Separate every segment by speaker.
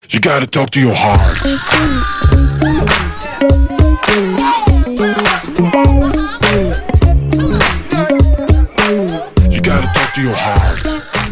Speaker 1: You gotta talk to your heart. You gotta talk to your heart.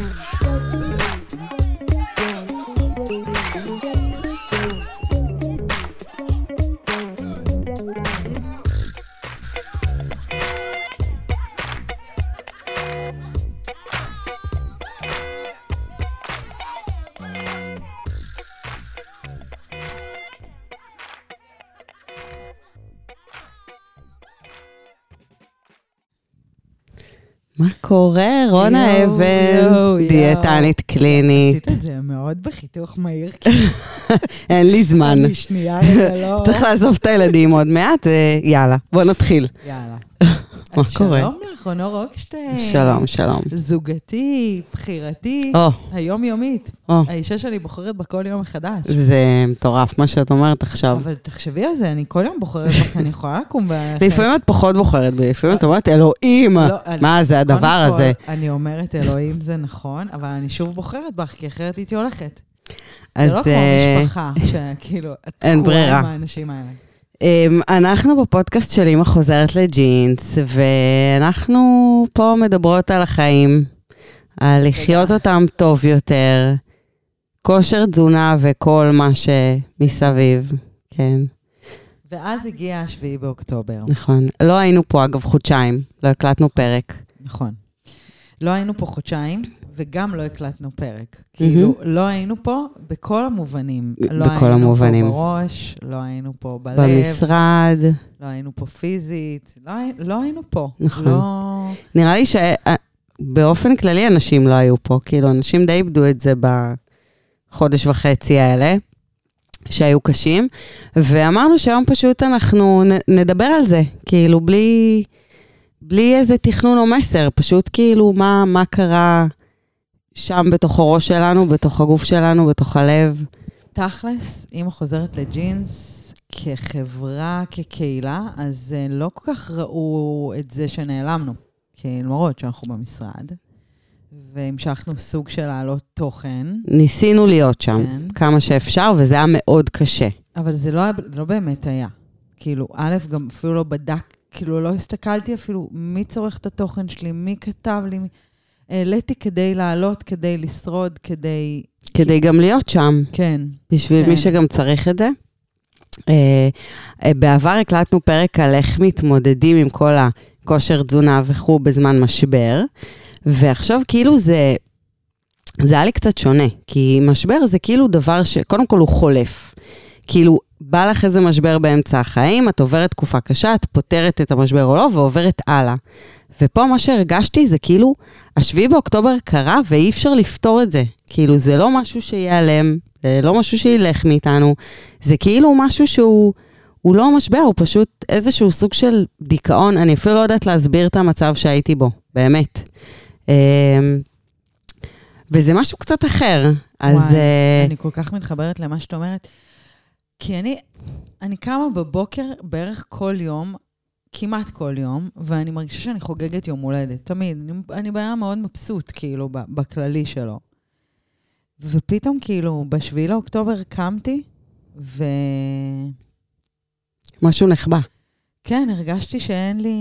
Speaker 2: מה קורה? רונה אבן, דיאטנית קלינית.
Speaker 3: עשית את זה מאוד בחיתוך מהיר.
Speaker 2: אין לי זמן.
Speaker 3: אני שנייה רגע לא...
Speaker 2: צריך לאסוף את הילדים עוד מעט, יאללה, בוא נתחיל.
Speaker 3: יאללה.
Speaker 2: מה קורה?
Speaker 3: שלום לך, אונור רוקשטיין.
Speaker 2: שלום, שלום.
Speaker 3: זוגתי, בחירתי, היומיומית. האישה שלי בוחרת בכל יום מחדש.
Speaker 2: זה מטורף מה שאת אומרת עכשיו.
Speaker 3: אבל תחשבי על זה, אני כל יום בוחרת בך, אני יכולה לקום באחד.
Speaker 2: לפעמים את פחות בוחרת בי, לפעמים את אומרת, אלוהים, מה זה הדבר הזה?
Speaker 3: אני אומרת, אלוהים זה נכון, אבל אני שוב בוחרת בך, כי אחרת הייתי הולכת. זה לא כמו משפחה, שכאילו, את קורה עם האנשים האלה.
Speaker 2: אנחנו בפודקאסט של אמא חוזרת לג'ינס, ואנחנו פה מדברות על החיים, על לחיות אותם טוב יותר, כושר תזונה וכל מה שמסביב, כן.
Speaker 3: ואז הגיע 7 באוקטובר.
Speaker 2: נכון. לא היינו פה אגב חודשיים, לא הקלטנו פרק.
Speaker 3: נכון. לא היינו פה חודשיים, וגם לא הקלטנו פרק. כאילו, לא היינו פה בכל המובנים.
Speaker 2: בכל המובנים.
Speaker 3: לא היינו פה בראש, לא היינו פה בלב.
Speaker 2: במשרד.
Speaker 3: לא היינו פה פיזית. לא היינו פה.
Speaker 2: נכון. נראה לי שבאופן כללי אנשים לא היו פה. כאילו, אנשים די איבדו את זה בחודש וחצי האלה, שהיו קשים. ואמרנו שהיום פשוט אנחנו נדבר על זה. כאילו, בלי איזה תכנון או מסר. פשוט כאילו, מה קרה... שם בתוך הראש שלנו, בתוך הגוף שלנו, בתוך הלב.
Speaker 3: תכלס, אמא חוזרת לג'ינס, כחברה, כקהילה, אז לא כל כך ראו את זה שנעלמנו. כי למרות שאנחנו במשרד, והמשכנו סוג של לעלות תוכן.
Speaker 2: ניסינו להיות שם, כן. כמה שאפשר, וזה היה מאוד קשה.
Speaker 3: אבל זה לא באמת היה. כאילו, א', גם אפילו לא בדק, כאילו לא הסתכלתי אפילו מי צורך את התוכן שלי, מי כתב לי, העליתי כדי לעלות, כדי לשרוד, כדי
Speaker 2: גם להיות שם.
Speaker 3: כן.
Speaker 2: בשביל
Speaker 3: כן.
Speaker 2: מי שגם צריך את זה. בעבר הקלטנו פרק על איך מתמודדים עם כל הכושר תזונה וכו' בזמן משבר, ועכשיו כאילו זה היה לי קצת שונה, כי משבר זה כאילו דבר שקודם כל הוא חולף. כאילו בא לך איזה משבר באמצע החיים, את עוברת תקופה קשה, את פותרת את המשבר או לא, ועוברת הלאה. ופה מה שהרגשתי זה כאילו, 7 באוקטובר קרה ואי אפשר לפתור את זה. כאילו זה לא משהו שיעלם, זה לא משהו שילך מאיתנו, זה כאילו משהו שהוא לא משבר, הוא פשוט איזשהו סוג של דיכאון, אני אפילו לא יודעת להסביר את המצב שהייתי בו, באמת. וזה משהו קצת אחר. אז
Speaker 3: אני כל כך מתחברת למה שאת אומרת, כי אני קמה בבוקר בערך כל יום, כמעט כל יום, ואני מרגישה שאני חוגגת יום הולדת, תמיד. אני בעיה מאוד מבסוט, כאילו, בכללי שלו. ופתאום, כאילו, ב7 לאוקטובר קמתי,
Speaker 2: משהו נחבא.
Speaker 3: כן, הרגשתי שאין לי...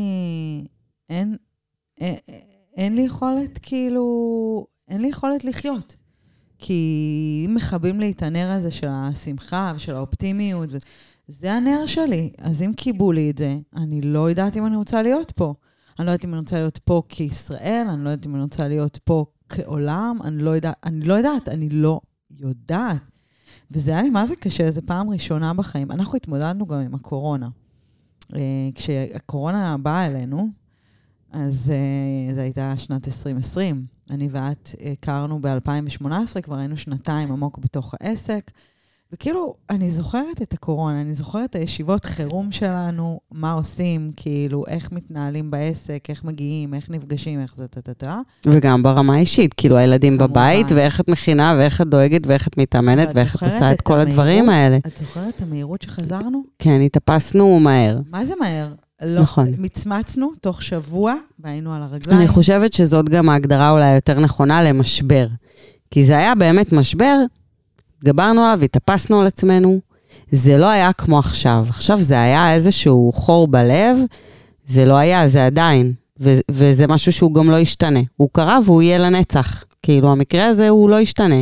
Speaker 3: אין לי יכולת, כאילו... אין לי יכולת לחיות. כי אם מחבים לי את הנר הזה של השמחה ושל האופטימיות, זה הנר שלי. אז אם קיבו לי את זה, אני לא יודעת אם אני רוצה להיות פה. אני לא יודעת אם אני רוצה להיות פה כישראל, אני לא יודעת אם אני רוצה להיות פה כעולם, אני לא יודעת. וזה היה לי מה זה קשה, זה פעם ראשונה בחיים. אנחנו התמודדנו גם עם הקורונה. כשהקורונה באה אלינו, אז זה הייתה שנת 2020. אני ואת הכרנו ב-2018, כבר היינו שנתיים עמוק בתוך העסק, וכאילו, אני זוכרת את הקורונה, אני זוכרת את הישיבות חירום שלנו, מה עושים, כאילו, איך מתנהלים בעסק, איך מגיעים, איך נפגשים, איך זה תתתה.
Speaker 2: וגם ברמה האישית, כאילו, הילדים בבית, ואיך את מכינה, ואיך את דואגת, ואיך את מתאמנת, ואיך את עושה את כל הדברים האלה.
Speaker 3: את זוכרת את המהירות שחזרנו?
Speaker 2: כן, התאפסנו מהר.
Speaker 3: מה זה מהר? לא,
Speaker 2: נכון.
Speaker 3: מצמצנו תוך שבוע, והיינו על הרגליים.
Speaker 2: אני חושבת שזאת גם ההגדרה אולי יותר נכונה למשבר. כי זה היה באמת משבר גברנו עליו, התאפסנו על עצמנו, זה לא היה כמו עכשיו. עכשיו זה היה איזשהו חור בלב, זה לא היה, זה עדיין. וזה משהו שהוא גם לא ישתנה. הוא קרה והוא יהיה לנצח. כאילו, המקרה הזה הוא לא ישתנה.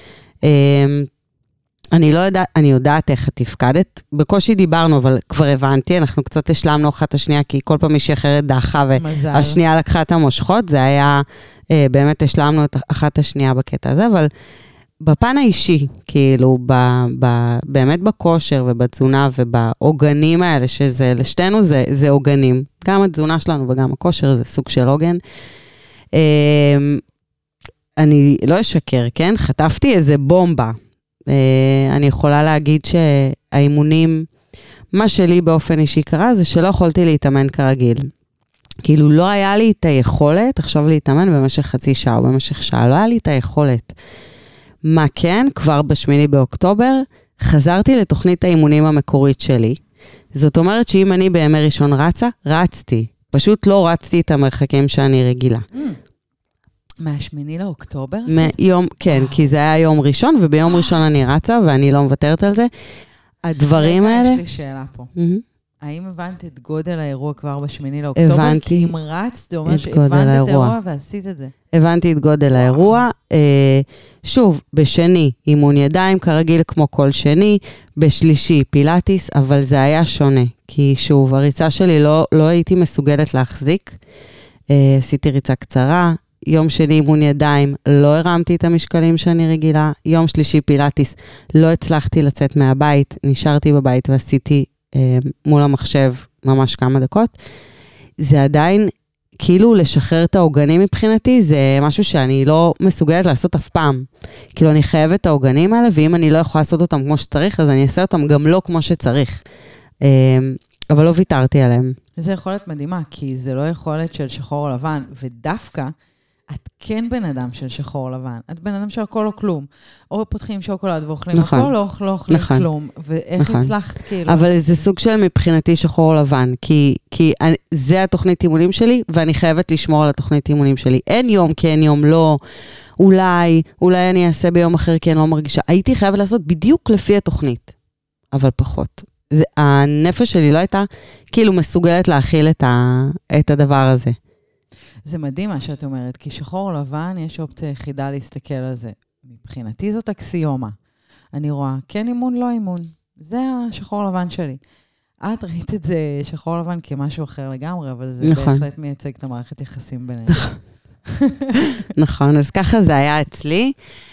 Speaker 2: אני יודעת איך את תפקדת. בקושי דיברנו, אבל כבר הבנתי, אנחנו קצת השלמנו אחת השנייה, כי כל פעם מישהי אחרת דאחה, והשנייה לקחה את המושכות. זה היה, באמת השלמנו את אחת השנייה בקטע הזה, אבל בפן האישי, כאילו, באמת בכושר ובתזונה ובעוגנים האלה, שזה לשתינו זה עוגנים. גם התזונה שלנו וגם הכושר זה סוג של עוגן. אני לא אשקר, כן? חטפתי איזה בומבה. אני יכולה להגיד שהאימונים, מה שלי באופן אישי קרה, זה שלא יכולתי להתאמן כרגיל. כאילו לא היה לי את היכולת, עכשיו להתאמן במשך חצי שעה או במשך שעה, לא היה לי את היכולת. מה כן? כבר ב8 באוקטובר, חזרתי לתוכנית האימונים המקורית שלי. זאת אומרת שאם אני בימי ראשון רצתי. פשוט לא רצתי את המרחקים שאני רגילה.
Speaker 3: מה8 לאוקטובר?
Speaker 2: כן, כי זה היה יום ראשון, וביום ראשון אני רצה, ואני לא מוותרת על זה. הדברים האלה...
Speaker 3: יש לי שאלה פה. האם הבנת את גודל האירוע כבר ב8 לאוקטובר?
Speaker 2: הבנתי.
Speaker 3: כי אם רצת, זה אומר שהבנת את האירוע ועשית את זה.
Speaker 2: הבנתי את גודל האירוע. שוב, בשני, אימון ידיים, כרגיל כמו כל שני, בשלישי, פילאטיס, אבל זה היה שונה. כי שוב, הריצה שלי לא הייתי מסוגלת להחזיק. עשיתי ריצה קצרה, יום שני אימון ידיים, לא הרמתי את המשקלים שאני רגילה. יום שלישי פילאטיס, לא הצלחתי לצאת מהבית, נשארתי בבית ועשיתי מול המחשב ממש כמה דקות. זה עדיין, כאילו לשחרר את העוגנים מבחינתי, זה משהו שאני לא מסוגלת לעשות אף פעם. כאילו אני חייבת את העוגנים האלה, ואם אני לא יכולה לעשות אותם כמו שצריך, אז אני אעשה אותם גם לא כמו שצריך. אבל לא ויתרתי עליהם.
Speaker 3: זה יכולת מדהימה, כי זה לא יכולת של שחור או לבן, ודווקא את כן בן אדם של שחור לבן. את בן אדם של הכל או כלום. או פותחים שוקולד ואוכלים הכל, או לא אוכלים כלום. ואיך הצלחת כאילו?
Speaker 2: אבל זה סוג של מבחינתי שחור לבן, כי זה התוכנית אימונים שלי, ואני חייבת לשמור על התוכנית אימונים שלי. אין יום, כי אין יום לא. אולי אני אעשה ביום אחר, כי אני לא מרגישה. הייתי חייבת לעשות בדיוק לפי התוכנית, אבל פחות. הנפש שלי לא הייתה כאילו מסוגלת להכיל את הדבר הזה.
Speaker 3: זה מדהים מה שאת אומרת, כי שחור לבן יש אופציה יחידה להסתכל על זה. מבחינתי זאת אקסיומה. אני רואה, כן אימון, לא אימון. זה השחור לבן שלי. את ראית את זה שחור לבן כמשהו אחר לגמרי, אבל זה בהחלט מייצג את המערכת יחסים בינינו.
Speaker 2: נכון, אז ככה זה היה אצלי.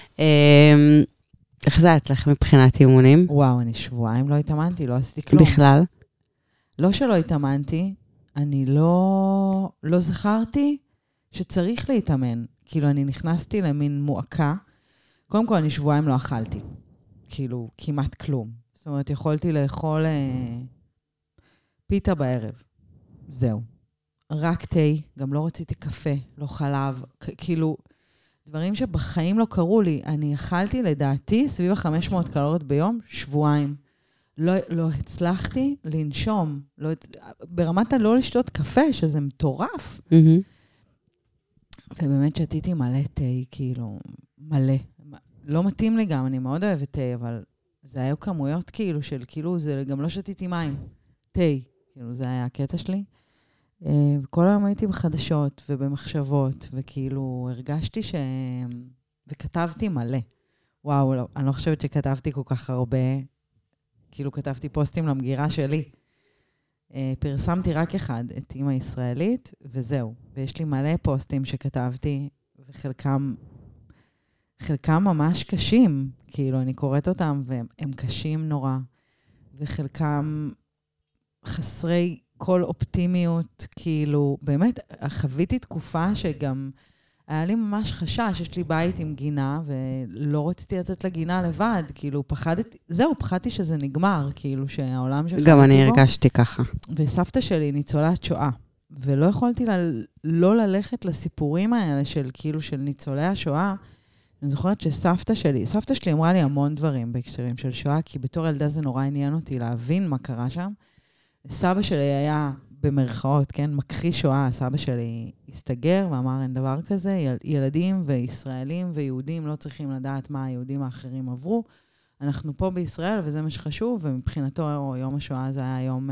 Speaker 2: איך זה היה אצלך מבחינת אימונים?
Speaker 3: וואו, אני שבועיים לא התאמנתי, לא עשיתי כלום.
Speaker 2: בכלל?
Speaker 3: לא שלא התאמנתי, אני לא זכרתי שצריך להתאמן. כאילו, אני נכנסתי למין מועקה. קודם כל, אני שבועיים לא אכלתי. כאילו, כמעט כלום. זאת אומרת, יכולתי לאכול פיתה בערב. זהו. רק תה, גם לא רציתי קפה, לא חלב. כאילו, דברים שבחיים לא קרו לי. אני אכלתי, לדעתי, סביב 500 קלוריות ביום, שבועיים. לא הצלחתי לנשום. ברמת הלא לשתות קפה, שזה מטורף. ובאמת שתיתי מלא תה, כאילו, מלא. לא מתאים לי גם, אני מאוד אוהבת תה, אבל זה היו כמויות כאילו של, כאילו, זה גם לא שתיתי מים. תה, כאילו, זה היה הקטע שלי. כל היום הייתי בחדשות ובמחשבות, וכאילו, הרגשתי וכתבתי מלא. וואו, לא, אני לא חושבת שכתבתי כל כך הרבה. כאילו כתבתי פוסטים למגירה שלי. פרסמתי רק אחד, את אמא ישראלית, וזהו. ויש לי מלא פוסטים שכתבתי, וחלקם ממש קשים. כאילו, אני קוראת אותם, והם קשים נורא. וחלקם חסרי כל אופטימיות, כאילו, באמת, חוויתי תקופה שגם היה לי ממש חשש, יש לי בית עם גינה, ולא רציתי לצאת לגינה לבד, כאילו פחדתי שזה נגמר, כאילו שהעולם שחייתי בו.
Speaker 2: גם אני הרגשתי ככה.
Speaker 3: וסבתא שלי ניצולת שואה, ולא יכולתי לא ללכת לסיפורים האלה של כאילו של ניצולי השואה. אני זוכרת סבתא שלי אמרה לי המון דברים בהקשרים של שואה, כי בתור ילדה זה נורא עניין אותי להבין מה קרה שם. סבא שלי היה במרכאות, כן, מכחיש שואה, סבא שלי הסתגר ואמר, אין דבר כזה, ילדים וישראלים ויהודים לא צריכים לדעת מה היהודים האחרים עברו, אנחנו פה בישראל, וזה מה שחשוב, ומבחינתו יום השואה זה היה יום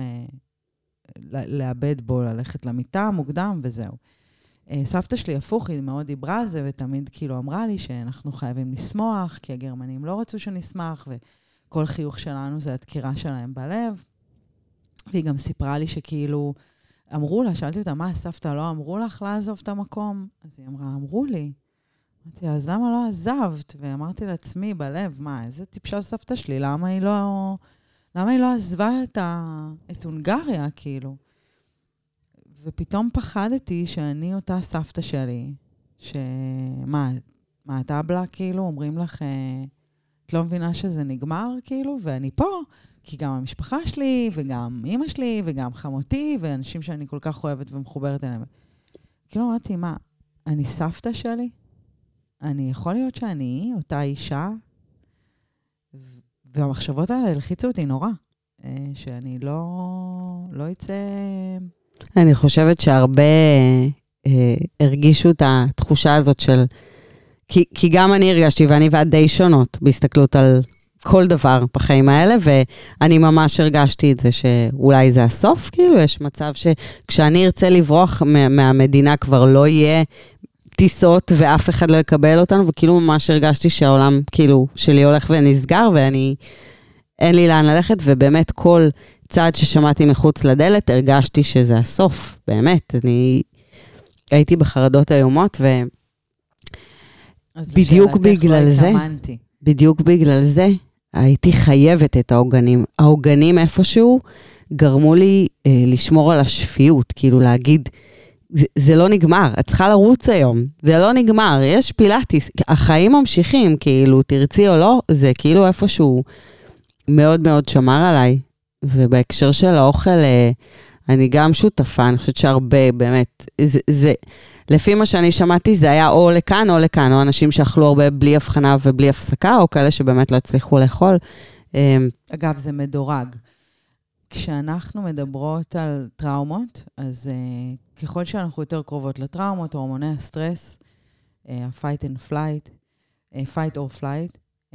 Speaker 3: לאבד בו, ללכת למיטה מוקדם, וזהו. סבתא שלי הפוך, היא מאוד דיברה על זה, ותמיד כאילו אמרה לי שאנחנו חייבים לשמוח, כי הגרמנים לא רצו שנשמח, וכל חיוך שלנו זה הדקירה שלהם בלב. והיא גם סיפרה לי שכאילו, אמרו לה, שאלתי אותה, מה, סבתא, לא אמרו לך לעזוב את המקום? אז היא אמרה, אמרו לי. אמרתי, אז למה לא עזבת? ואמרתי לעצמי בלב, מה, איזה טיפשה סבתא שלי, למה היא לא עזבה את הונגריה, כאילו? ופתאום פחדתי שאני אותה סבתא שלי, מה, הטבלה, כאילו, אומרים לך, את לא מבינה שזה נגמר, כאילו, ואני פה, כי גם המשפחה שלי, וגם אמא שלי, וגם חמותי, ואנשים שאני כל כך אוהבת ומחוברת אליהם. כאילו, אמרתי, מה, אני סבתא שלי? אני יכול להיות שאני אותה אישה, והמחשבות האלה הלחיצו אותי נורא, שאני לא יצא...
Speaker 2: אני חושבת שהרבה הרגישו את התחושה הזאת של... כי גם אני הרגשתי, ואני ואת די שונות בהסתכלות על כל דבר בחיים האלה, ואני ממש הרגשתי את זה שאולי זה הסוף, כאילו יש מצב שכשאני ארצה לברוח מהמדינה כבר לא יהיה טיסות ואף אחד לא יקבל אותנו, וכאילו ממש הרגשתי שהעולם כאילו שלי הולך ונסגר, אין לי לאן ללכת, ובאמת כל צעד ששמעתי מחוץ לדלת, הרגשתי שזה הסוף, באמת, אני הייתי בחרדות איומות, בדיוק בגלל זה, הייתי חייבת את העוגנים. העוגנים איפשהו גרמו לי לשמור על השפיות, כאילו להגיד, זה לא נגמר, את צריכה לרוץ היום, זה לא נגמר, יש פילאטיס, החיים ממשיכים, כאילו תרצי או לא, זה כאילו איפשהו מאוד מאוד שמר עליי, ובהקשר של האוכל, אני גם שותפה, אני חושבת שהרבה, באמת, זה לפי מה שאני שמעתי, זה היה או לכאן או לכאן, או אנשים שאכלו הרבה בלי הבחנה ובלי הפסקה, או כאלה שבאמת לא הצליחו לאכול.
Speaker 3: אגב, זה מדורג. כשאנחנו מדברות על טראומות, אז ככל שאנחנו יותר קרובות לטראומות, הורמוני הסטרס, fight or flight,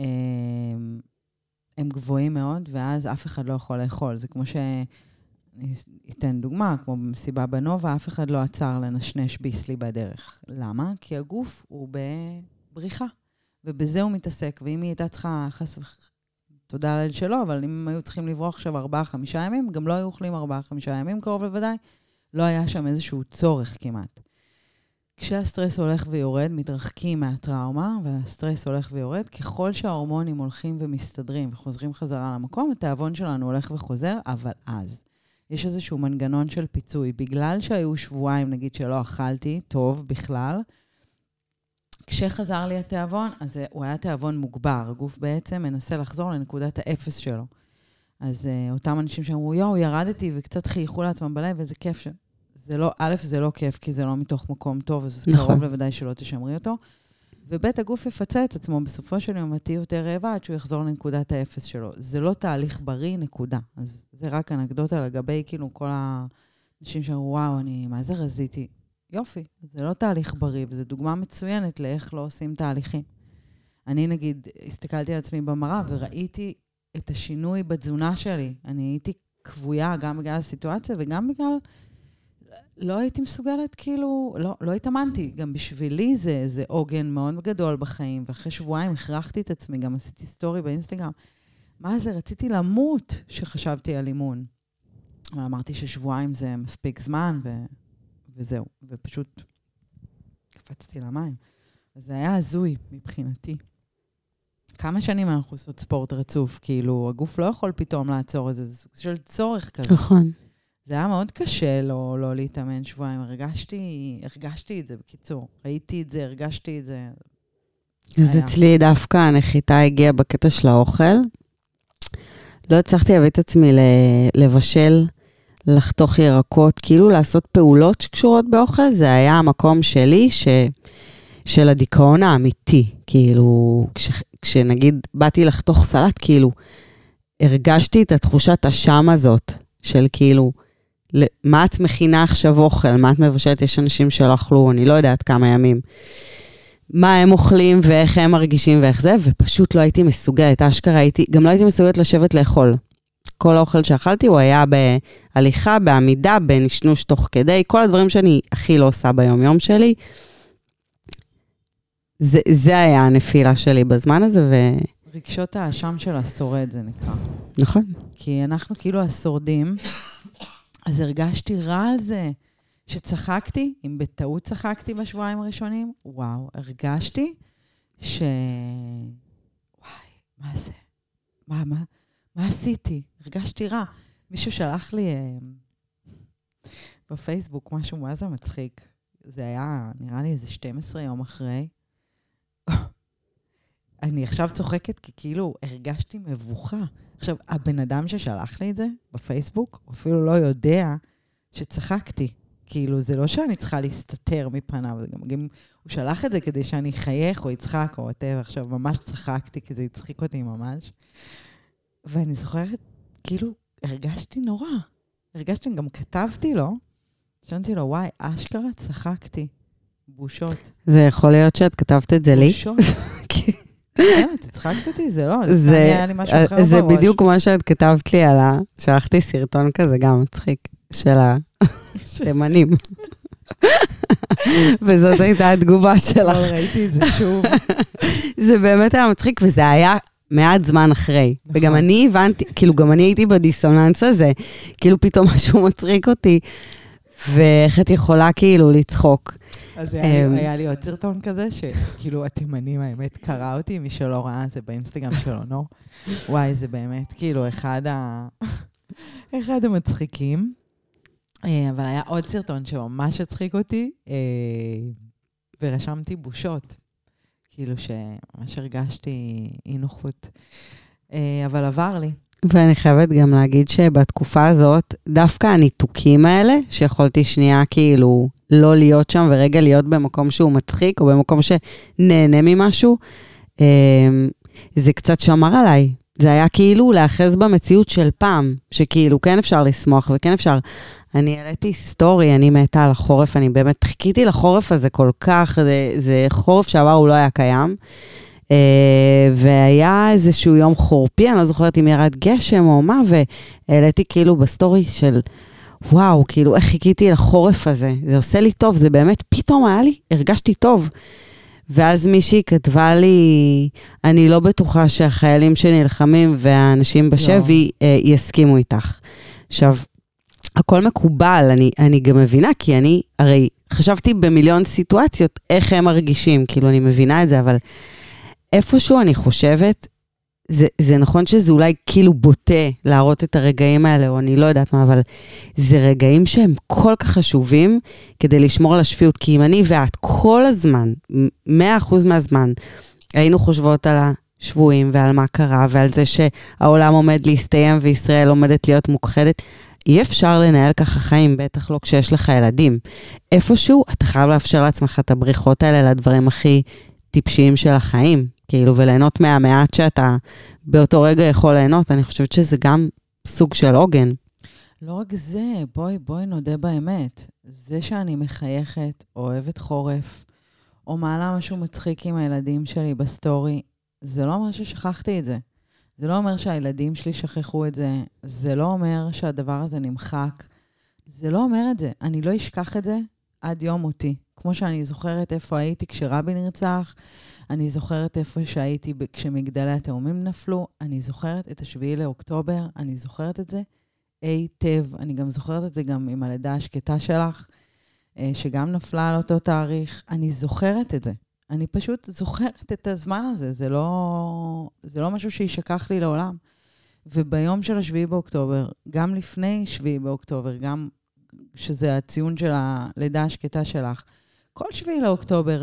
Speaker 3: הם גבוהים מאוד, ואז אף אחד לא יכול לאכול. זה כמו אני אתן דוגמה, כמו במסיבה בנובה, אף אחד לא עצר לנשנש ביסלי בדרך. למה? כי הגוף הוא בבריחה, ובזה הוא מתעסק, ואם היא הייתה צריכה, תודה לאל שלו, אבל אם הם היו צריכים לברוח עכשיו 4-5 ימים, גם לא היו אוכלים 4-5 ימים, קרוב לוודאי, לא היה שם איזשהו צורך כמעט. כשהסטרס הולך ויורד, מתרחקים מהטראומה, והסטרס הולך ויורד, ככל שההורמונים הולכים ומסתדרים וחוזרים חזרה למקום, התאבון שלנו הולך וחוזר, אבל אז יש איזשהו מנגנון של פיצוי. בגלל שהיו שבועיים, נגיד, שלא אכלתי טוב בכלל, כשחזר לי התאבון, אז הוא היה תאבון מוגבר. הגוף בעצם מנסה לחזור לנקודת האפס שלו. אז אותם אנשים שאמרו, יואו, ירדתי וקצת חייכו לעצמם בלב, וזה כיף ש... זה לא, א', זה לא כיף, כי זה לא מתוך מקום טוב, אז נכון. קרוב לוודאי שלא תשמרי אותו. וב', הגוף יפצה את עצמו בסופו של יום, תהי יותר רעבה, עד שהוא יחזור לנקודת האפס שלו. זה לא תהליך בריא, נקודה. אז זה רק אנקדוטה לגבי, כאילו, כל האנשים שאמרו, וואו, מה זה רזיתי? יופי, זה לא תהליך בריא, וזו דוגמה מצוינת לאיך לא עושים תהליכים. אני, נגיד, הסתכלתי על עצמי במראה, וראיתי את השינוי בתזונה שלי. אני הייתי כבויה גם בגלל הסיטואציה, וגם בגלל... לא הייתי מסוגלת, כאילו, לא התאמנתי. גם בשבילי זה עוגן מאוד גדול בחיים, ואחרי שבועיים הכרחתי את עצמי, גם עשיתי סטורי באינסטגרם. מה זה? רציתי למות שחשבתי על אימון. אבל אמרתי ששבועיים זה מספיק זמן, וזהו. ופשוט קפצתי למים. וזה היה הזוי מבחינתי. כמה שנים אנחנו עושות ספורט רצוף? כאילו, הגוף לא יכול פתאום לעצור את זה, זה סוג של צורך כזה.
Speaker 2: נכון.
Speaker 3: זה היה מאוד קשה לא להתאמן שבועיים. הרגשתי את זה בקיצור. ראיתי את זה, הרגשתי את זה.
Speaker 2: אז אצלי דווקא הנחיתה הגיעה בקטע של האוכל. לא הצלחתי להביא את עצמי לבשל, לחתוך ירקות, כאילו לעשות פעולות שקשורות באוכל. זה היה המקום שלי של הדיכאון האמיתי. כאילו, כשנגיד באתי לחתוך סלט, כאילו, הרגשתי את התחושת השם הזאת, של כאילו, מה את מכינה עכשיו אוכל, מה את מבשלת, יש אנשים שלא אכלו, אני לא יודעת כמה ימים. מה הם אוכלים ואיך הם מרגישים ואיך זה, ופשוט לא הייתי מסוגלת, אשכרה גם לא הייתי מסוגלת לשבת לאכול. כל האוכל שאכלתי הוא היה בהליכה, בעמידה, בנשנוש תוך כדי, כל הדברים שאני הכי לא עושה ביום יום שלי. זה היה הנפילה שלי בזמן הזה,
Speaker 3: רגשות האשם של השורד זה נקרא.
Speaker 2: נכון.
Speaker 3: כי אנחנו כאילו השורדים, אז הרגשתי רע על זה, שצחקתי, אם בטעות צחקתי בשבועיים הראשונים, וואו, הרגשתי וואי, מה זה? מה עשיתי? הרגשתי רע. מישהו שלח לי בפייסבוק משהו, מה זה מצחיק? זה היה, נראה לי איזה 12 יום אחרי. אני עכשיו צוחקת כי כאילו הרגשתי מבוכה. עכשיו, הבן אדם ששלח לי את זה בפייסבוק, הוא אפילו לא יודע שצחקתי. כאילו, זה לא שאני צריכה להסתתר מפניו, זה גם הוא שלח את זה כדי שאני חייך או יצחק או whatever. עכשיו, ממש צחקתי, כי זה יצחיק אותי ממש. ואני זוכרת, כאילו, הרגשתי נורא. הרגשתי, גם כתבתי לו, שאלתי לו, וואי, אשכרה צחקתי. בושות.
Speaker 2: זה יכול להיות שאת כתבת את זה לי?
Speaker 3: בושות. כן, את הצחקת אותי, זה לא, זה היה לי משהו אחר בראש.
Speaker 2: זה בדיוק מה שאת כתבת לי שלחתי סרטון כזה גם מצחיק, של התימנים. וזאת הייתה התגובה שלך.
Speaker 3: ראיתי את זה שוב.
Speaker 2: זה באמת היה מצחיק, וזה היה מעט זמן אחרי. וגם אני הבנתי, כאילו גם אני הייתי בדיסוננס הזה, כאילו פתאום משהו מצחיק אותי, ואיך את יכולה כאילו לצחוק.
Speaker 3: אז היה לי עוד סרטון כזה, שכאילו התימנים האמת קרא אותי, מי שלא ראה זה באינסטגרם שלו, נו. וואי, זה באמת כאילו אחד המצחיקים. אבל היה עוד סרטון שממש הצחיק אותי, ורשמתי בושות. כאילו שממש הרגשתי אי נוחות. אבל עבר לי.
Speaker 2: ואני חייבת גם להגיד שבתקופה הזאת, דווקא הניתוקים האלה, שיכולתי שנייה כאילו לא להיות שם, ורגע להיות במקום שהוא מצחיק, או במקום שנהנה ממשהו, זה קצת שמר עליי. זה היה כאילו להאחז במציאות של פעם, שכאילו כן אפשר לשמוח, וכן אפשר. אני העליתי סטורי, אני מתה על החורף, אני באמת חיכיתי לחורף הזה כל כך, זה חורף שעבר הוא לא היה קיים, והיה איזשהו יום חורפי, אני לא זוכרת אם ירד גשם או מה, והעליתי כאילו בסטורי של, וואו, כאילו איך חיכיתי לחורף הזה, זה עושה לי טוב, זה באמת פתאום היה לי, הרגשתי טוב. ואז מישהי כתבה לי, אני לא בטוחה שהחיילים שנלחמים והאנשים בשבי יסכימו איתך. עכשיו, הכל מקובל, אני גם מבינה, כי אני הרי חשבתי במיליון סיטואציות איך הם מרגישים, כאילו אני מבינה את זה, אבל איפשהו אני חושבת, זה נכון שזה אולי כאילו בוטה להראות את הרגעים האלה, או אני לא יודעת מה, אבל זה רגעים שהם כל כך חשובים כדי לשמור על השפיות, כי אם אני ואת כל הזמן, 100% מהזמן, היינו חושבות על השבועים ועל מה קרה, ועל זה שהעולם עומד להסתיים וישראל עומדת להיות מוכחדת, אי אפשר לנהל ככה חיים, בטח לא כשיש לך ילדים. איפשהו אתה חייב לאפשר לעצמך את הבריחות האלה לדברים הכי טיפשיים של החיים, כאילו, וליהנות מהמעט שאתה באותו רגע יכול ליהנות, אני חושבת שזה גם סוג של עוגן.
Speaker 3: לא רק זה, בואי נודה באמת. זה שאני מחייכת, אוהבת חורף, או מעלה משהו מצחיק עם הילדים שלי בסטורי, זה לא אומר ששכחתי את זה. זה לא אומר שהילדים שלי שכחו את זה, זה לא אומר שהדבר הזה נמחק, זה לא אומר את זה. אני לא אשכח את זה עד יום מותי. כמו שאני זוכרת איפה הייתי כשרבין נרצח, אני זוכרת איפה שהייתי כשמגדלי התאומים נפלו, אני זוכרת את 7 לאוקטובר, אני זוכרת את זה היטב, אני גם זוכרת את זה גם עם הלידה השקטה שלך, שגם נפלה על אותו תאריך, אני זוכרת את זה. אני פשוט זוכרת את הזמן הזה, זה לא משהו שישכח לי לעולם. וביום של 7 באוקטובר, גם לפני 7 באוקטובר, גם שזה הציון של הלידה השקטה שלך, כל 7 לאוקטובר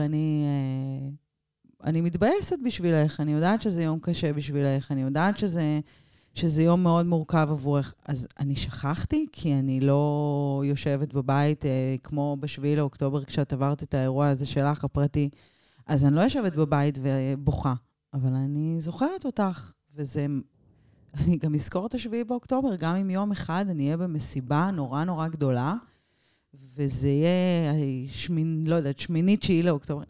Speaker 3: אני מתבאסת בשבילך, אני יודעת שזה יום קשה בשבילך, אני יודעת שזה יום מאוד מורכב עבורך. אז אני שכחתי, כי אני לא יושבת בבית כמו ב7 לאוקטובר, כשאת עברת את האירוע הזה שלך הפרטי, אז אני לא יושבת בבית ובוכה, אבל אני זוכרת אותך, אני גם אזכור את 7 באוקטובר, גם אם יום אחד אני אהיה במסיבה נורא נורא גדולה, וזה יהיה 8, 9 לאוקטובר.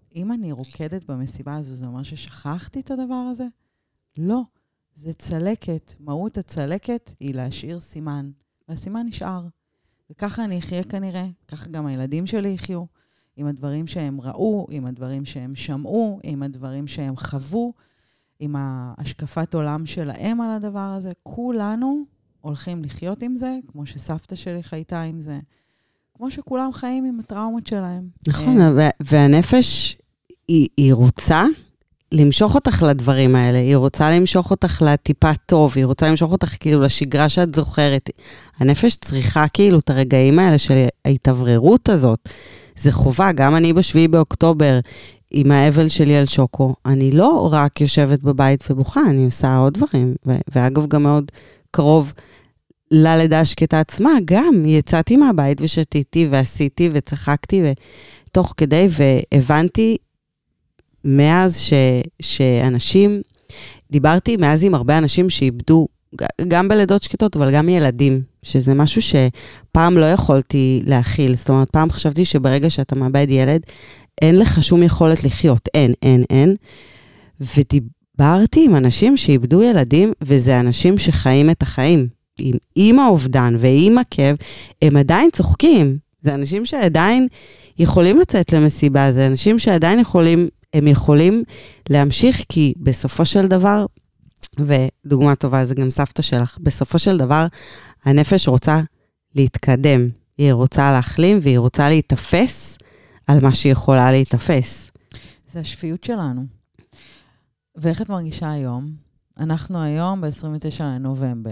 Speaker 3: אם אני רוקדת במסיבה הזו, זה אומר ששכחתי את הדבר הזה? לא. זה צלקת. מהות הצלקת היא להשאיר סימן. והסימן נשאר. וככה אני אחיה כנראה, ככה גם הילדים שלי יחיו, עם הדברים שהם ראו, עם הדברים שהם שמעו, עם הדברים שהם חוו, עם ההשקפת עולם שלהם על הדבר הזה. כולנו הולכים לחיות עם זה, כמו שסבתא שלי חייתה עם זה, כמו שכולם חיים עם הטראומות שלהם.
Speaker 2: נכון, והנפש היא רוצה למשוך אותך לדברים האלה, היא רוצה למשוך אותך לטיפה טוב, היא רוצה למשוך אותך כאילו לשגרה שאת זוכרת. הנפש צריכה כאילו את הרגעים האלה של ההתאווררות הזאת. זה חובה, גם אני ב7 באוקטובר עם האבל שלי על שוקו, אני לא רק יושבת בבית ובוכה, אני עושה עוד דברים, ואגב גם מאוד קרוב ללידה השקטה עצמה, גם יצאתי מהבית ושתיתי ועשיתי וצחקתי, ותוך כדי והבנתי מאז שאנשים, דיברתי מאז עם הרבה אנשים שאיבדו, גם בלידות שקטות, אבל גם ילדים, שזה משהו שפעם לא יכולתי להכיל. זאת אומרת, פעם חשבתי שברגע שאתה מאבד ילד, אין לך שום יכולת לחיות. אין. ודיברתי עם אנשים שאיבדו ילדים, וזה אנשים שחיים את החיים. עם האובדן ועם הכאב, הם עדיין צוחקים. זה אנשים שעדיין יכולים לצאת למסיבה, זה אנשים שעדיין הם יכולים להמשיך, כי בסופו של דבר, ודוגמה טובה, זה גם סבתא שלך, בסופו של דבר, הנפש רוצה להתקדם, היא רוצה להחלים, והיא רוצה להתאפס על מה שהיא יכולה להתאפס.
Speaker 3: זה השפיות שלנו. ואיך את מרגישה היום? אנחנו היום ב-29 לנובמבר.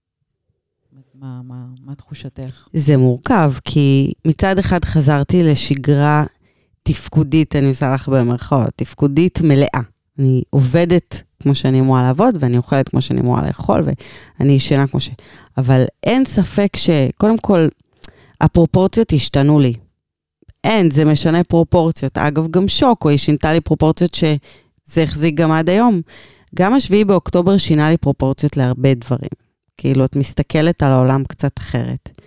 Speaker 3: מה תחושתך?
Speaker 2: זה מורכב, כי מצד אחד חזרתי לשגרה תפקודית, אני עושה לך במרכאות, תפקודית מלאה. אני עובדת כמו שאני אמורה לעבוד, ואני אוכלת כמו שאני אמורה לאכול, ואני ישנה כמו אבל אין ספק שקודם כל, הפרופורציות השתנו לי. אין, זה משנה פרופורציות. אגב, גם שוקו, היא שינתה לי פרופורציות שזה החזיק גם עד היום. גם ה7 באוקטובר שינה לי פרופורציות להרבה דברים. כאילו, את מסתכלת על העולם קצת אחרת.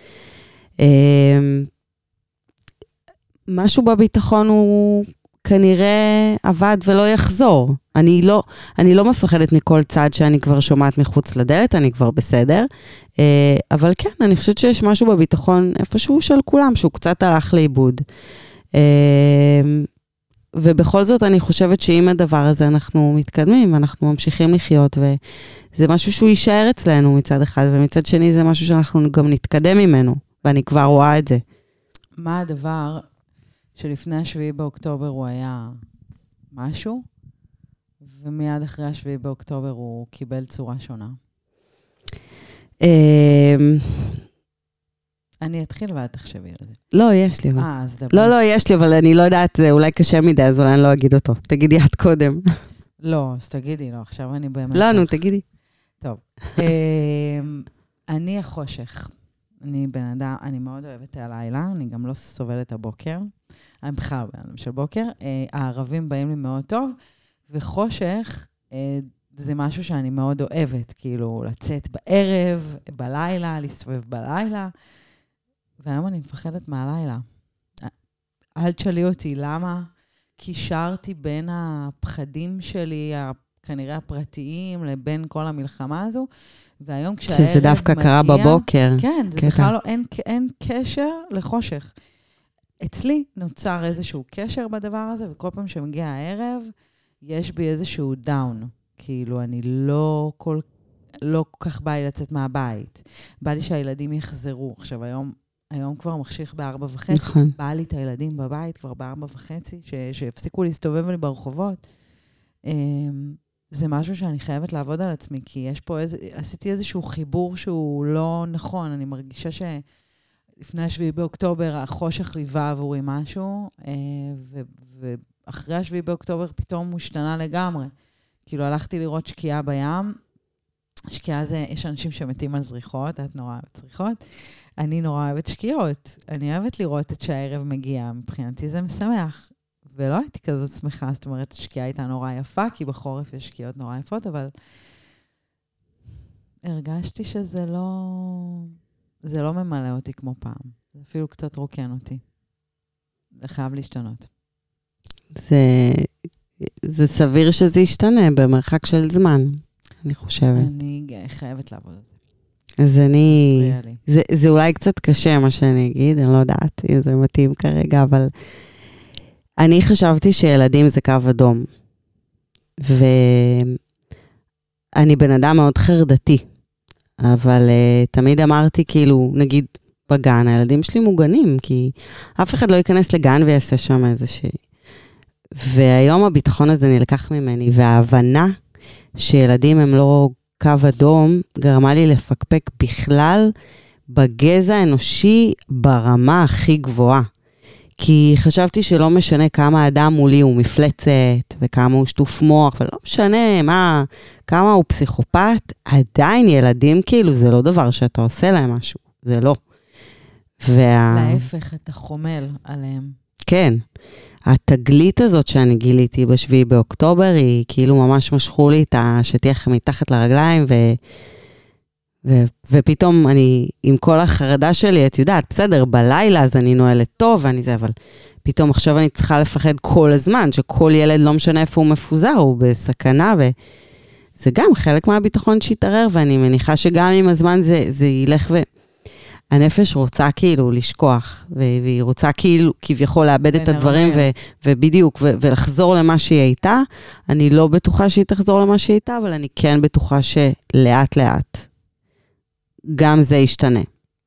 Speaker 2: משהו בביטחון הוא כנראה עבד ולא יחזור. אני לא מפחדת מכל צעד שאני כבר שומעת מחוץ לדלת, אני כבר בסדר. אבל כן, אני חושבת שיש משהו בביטחון איפשהו של כולם, שהוא קצת הלך לאיבוד. ובכל זאת אני חושבת שעם הדבר הזה אנחנו מתקדמים, אנחנו ממשיכים לחיות, וזה משהו שהוא יישאר אצלנו מצד אחד, ומצד שני זה משהו שאנחנו גם נתקדם ממנו, ואני כבר רואה את זה.
Speaker 3: מה הדבר שלפני ה7 באוקטובר הוא היה משהו, ומיד אחרי ה7 באוקטובר הוא קיבל צורה שונה? אני אתחיל ואת תחשבי על זה.
Speaker 2: לא, יש לי.
Speaker 3: אז דבר.
Speaker 2: לא, יש לי, אבל אני לא יודעת, זה אולי קשה מדי, אז אולי אני לא אגיד אותו. תגידי את קודם.
Speaker 3: לא, אז תגידי, לא, עכשיו אני באמת...
Speaker 2: לא, נו, תגידי.
Speaker 3: טוב. אני החושך. אני בן אדם, אני מאוד אוהבת הלילה, אני גם לא סובלת הבוקר. אני בכלל בן אדם של בוקר. הערבים באים לי מאוד טוב, וחושך זה משהו שאני מאוד אוהבת, כאילו לצאת בערב, בלילה, להסתובב בלילה, והיום אני מפחדת מהלילה. אל תשאלי אותי למה קישרתי בין הפחדים שלי, כנראה הפרטיים, לבין כל המלחמה הזו, והיום כשהערב מגיע... שזה
Speaker 2: דווקא קרה בבוקר.
Speaker 3: כן, זה בכלל לא, אין קשר לחושך. אצלי נוצר איזשהו קשר בדבר הזה, וכל פעם שמגיע הערב, יש בי איזשהו דאון. כאילו, אני לא כל כך בא לי לצאת מהבית. בא לי שהילדים יחזרו. עכשיו, היום כבר מחשיך ב4:30.
Speaker 2: נכון.
Speaker 3: בא לי את הילדים בבית כבר ב4:30, שיפסיקו להסתובב לי ברחובות. זה משהו שאני חייבת לעבוד על עצמי, כי יש פה עשיתי איזשהו חיבור שהוא לא נכון. אני מרגישה שלפני ה7 באוקטובר החושך ריבה עבורי משהו, ואחרי ה7 באוקטובר פתאום הוא השתנה לגמרי. כאילו הלכתי לראות שקיעה בים. שקיעה זה, יש אנשים שמתים על זריחות, את נורא אוהבת זריחות. אני נורא אוהבת שקיעות. אני אוהבת לראות את שהערב מגיע. מבחינתי זה משמח. ולא הייתי כזאת שמחה, זאת אומרת, השקיעה הייתה נורא יפה, כי בחורף יש שקיעות נורא יפות, אבל הרגשתי שזה לא ממלא אותי כמו פעם. זה אפילו קצת רוקן אותי. זה חייב להשתנות.
Speaker 2: זה סביר שזה ישתנה במרחק של זמן, אני חושבת.
Speaker 3: אני חייבת לעבוד.
Speaker 2: אז זה אולי קצת קשה מה שאני אגיד, אני לא יודעת אם זה מתאים כרגע, אבל אני חשבתי שילדים זה קו אדום. ואני בן אדם מאוד חרדתי, אבל תמיד אמרתי כאילו, נגיד בגן, הילדים שלי מוגנים, כי אף אחד לא ייכנס לגן ויעשה שם איזושהי. והיום הביטחון הזה נלקח ממני, וההבנה שילדים הם לא קו אדום, גרמה לי לפקפק בכלל בגזע האנושי ברמה הכי גבוהה. כי חשבתי שלא משנה כמה אדם מולי הוא מפלצת, וכמה הוא שטוף מוח, ולא משנה כמה הוא פסיכופת, עדיין ילדים כאילו זה לא דבר שאתה עושה להם משהו, זה לא.
Speaker 3: להפך, אתה חומל עליהם.
Speaker 2: כן. התגלית הזאת שאני גיליתי ב7 באוקטובר, היא כאילו ממש משכו לי את השטיח מתחת לרגליים, ופתאום אני, עם כל החרדה שלי, את יודעת, בסדר, בלילה אז אני נועלת טוב, ואני זה, אבל פתאום עכשיו אני צריכה לפחד כל הזמן, שכל ילד לא משנה איפה הוא מפוזר, הוא בסכנה, וזה גם חלק מהביטחון שהתערער, ואני מניחה שגם עם הזמן זה ילך הנפש רוצה כאילו לשכוח, והיא רוצה כאילו כביכול לאבד את הדברים, ובדיוק, ולחזור למה שהיא הייתה. אני לא בטוחה שהיא תחזור למה שהיא הייתה, אבל אני כן בטוחה שלאט לאט גם זה ישתנה.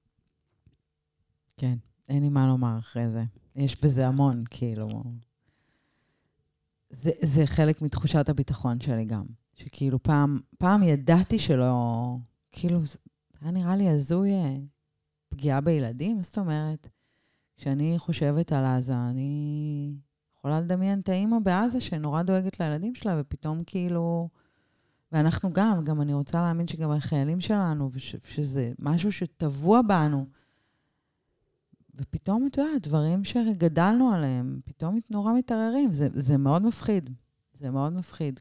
Speaker 3: כן, אין לי מה לומר אחרי זה. יש בזה המון, כאילו. זה חלק מתחושת הביטחון שלי גם. שכאילו פעם ידעתי שלא, כאילו, זה היה נראה לי הזוי פגיעה בילדים, זאת אומרת, כשאני חושבת על עזה, אני יכולה לדמיין את האמא בעזה שנורא דואגת לילדים שלה, ופתאום כאילו, ואנחנו גם אני רוצה להאמין שגם החיילים שלנו, שזה משהו שטבוע בנו, ופתאום, אתה יודע, דברים שגדלנו עליהם, פתאום נורא מתערערים, זה מאוד מפחיד, זה מאוד מפחיד,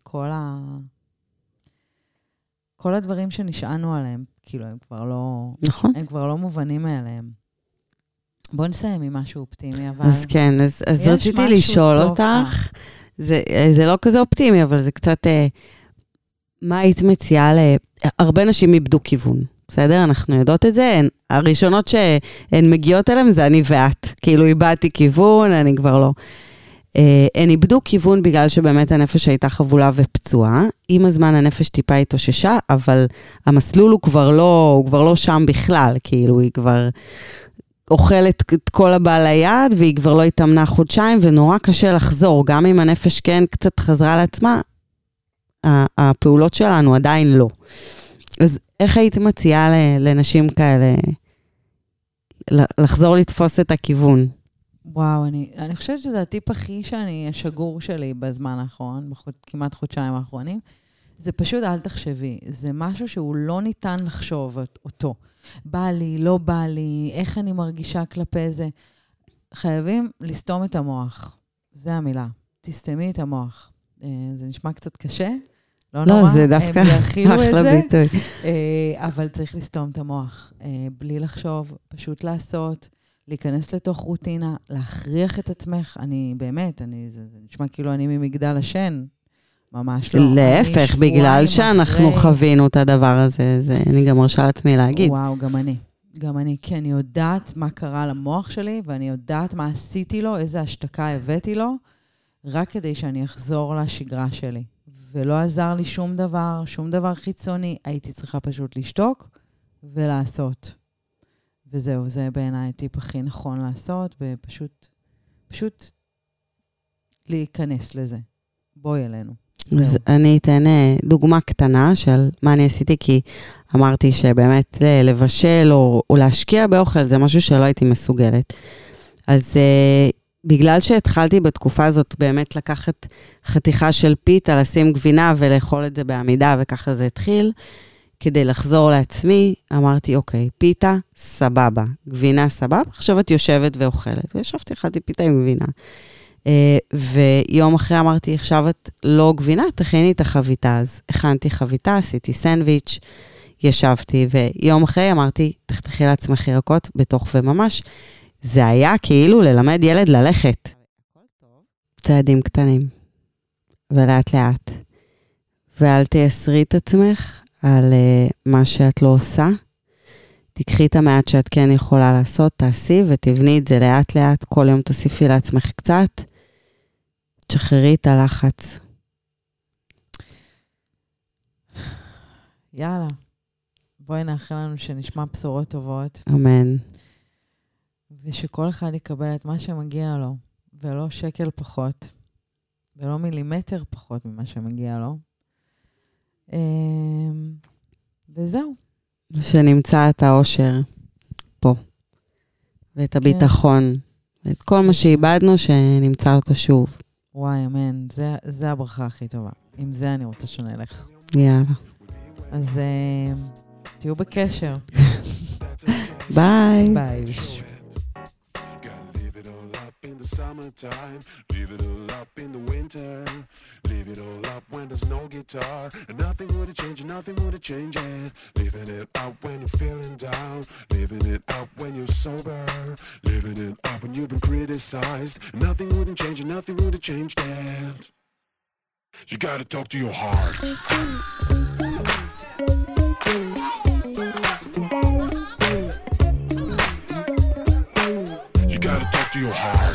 Speaker 3: כל הדברים שנשענו עליהם, כאילו הם כבר לא,
Speaker 2: נכון.
Speaker 3: הם כבר לא מובנים מאליהם. בוא נסיים עם משהו אופטימי, אבל
Speaker 2: אז כן, אז רציתי לשאול אותך, זה לא כזה אופטימי, אבל זה קצת, מה היית מציעה הרבה נשים איבדו כיוון, בסדר? אנחנו יודעות את זה, הראשונות שהן מגיעות אליהם זה אני ואת, כאילו איבדתי כיוון, אני כבר לא. הן איבדו כיוון בגלל שבאמת הנפש הייתה חבולה ופצועה. עם הזמן הנפש טיפה התאוששה, אבל המסלול הוא כבר לא שם בכלל, כאילו היא כבר אוכלת את כל הבא ליד, והיא כבר לא התאמנה חודשיים, ונורא קשה לחזור. גם אם הנפש כן קצת חזרה לעצמה, הפעולות שלנו עדיין לא. אז איך היית מציעה לנשים כאלה לחזור לתפוס את הכיוון?
Speaker 3: וואו, אני חושבת שזה הטיפ הכי השגור שלי בזמן האחרון, כמעט חודשיים האחרונים, זה פשוט אל תחשבי, זה משהו שהוא לא ניתן לחשוב אותו. בא לי, לא בא לי, איך אני מרגישה כלפי זה. חייבים לסתום את המוח, זה המילה, תסתמי את המוח. זה נשמע קצת קשה, לא נורא,
Speaker 2: זה דווקא אחלה ביטוי.
Speaker 3: אבל צריך לסתום את המוח, בלי לחשוב, פשוט לעשות, להיכנס לתוך רוטינה, להכריח את עצמך, זה נשמע כאילו אני ממגדל השן, ממש לא.
Speaker 2: להפך, בגלל שאנחנו חווינו את הדבר הזה, אני גם מרשה לעצמי להגיד.
Speaker 3: וואו, גם אני, כי אני יודעת מה קרה למוח שלי, ואני יודעת מה עשיתי לו, איזה השתקה הבאתי לו, רק כדי שאני אחזור לשגרה שלי. ולא עזר לי שום דבר חיצוני, הייתי צריכה פשוט לשתוק ולעשות. וזהו, זה בעיניי הטיפ הכי נכון לעשות, ופשוט להיכנס לזה. בואי אלינו.
Speaker 2: אז אני אתן דוגמה קטנה של מה אני עשיתי, כי אמרתי שבאמת לבשל או להשקיע באוכל, זה משהו שלא הייתי מסוגלת. אז בגלל שהתחלתי בתקופה הזאת באמת לקחת חתיכה של פיתה, לשים גבינה ולאכול את זה בעמידה, וככה זה התחיל, כדי לחזור לעצמי, אמרתי, אוקיי, פיתה, סבבה, גבינה, סבבה, עכשיו את יושבת ואוכלת, וישבתי, אכלתי פיתה עם גבינה. ויום אחרי אמרתי, עכשיו את לא גבינה, תכיני את החביתה, אז הכנתי חביתה, עשיתי סנדוויץ', ישבתי, ויום אחרי אמרתי, תחתכי לעצמך ירקות בתוך וממש, זה היה כאילו ללמד ילד ללכת. צעדים קטנים, ולאט לאט. ואל תייסרי את עצמך על מה שאת לא עושה. תקחי את המעט שאת כן יכולה לעשות, תעשי ותבני את זה לאט לאט. כל יום תוסיפי לעצמך קצת. תשחררי את הלחץ.
Speaker 3: יאללה. בואי נאחל לנו שנשמע בשורות טובות.
Speaker 2: אמן.
Speaker 3: ושכל אחד יקבל את מה שמגיע לו, ולא שקל פחות, ולא מילימטר פחות ממה שמגיע לו. וזהו.
Speaker 2: שנמצא את האושר פה, ואת הביטחון, ואת כל מה שאיבדנו, שנמצא אותו שוב.
Speaker 3: וואי, אמן. זה הברכה הכי טובה. עם זה אני רוצה שנלך.
Speaker 2: יאללה.
Speaker 3: אז תהיו בקשר.
Speaker 2: ביי.
Speaker 3: ביי.
Speaker 1: Summertime, leave it all up in the winter, leave it all up when there's no guitar, and nothing would change, nothing would change it, leaving it up when you're feeling down, leaving it up when you're sober, leaving it up when you've been criticized, and nothing wouldn't change, nothing would change that. You gotta talk to your heart. You gotta talk to your heart.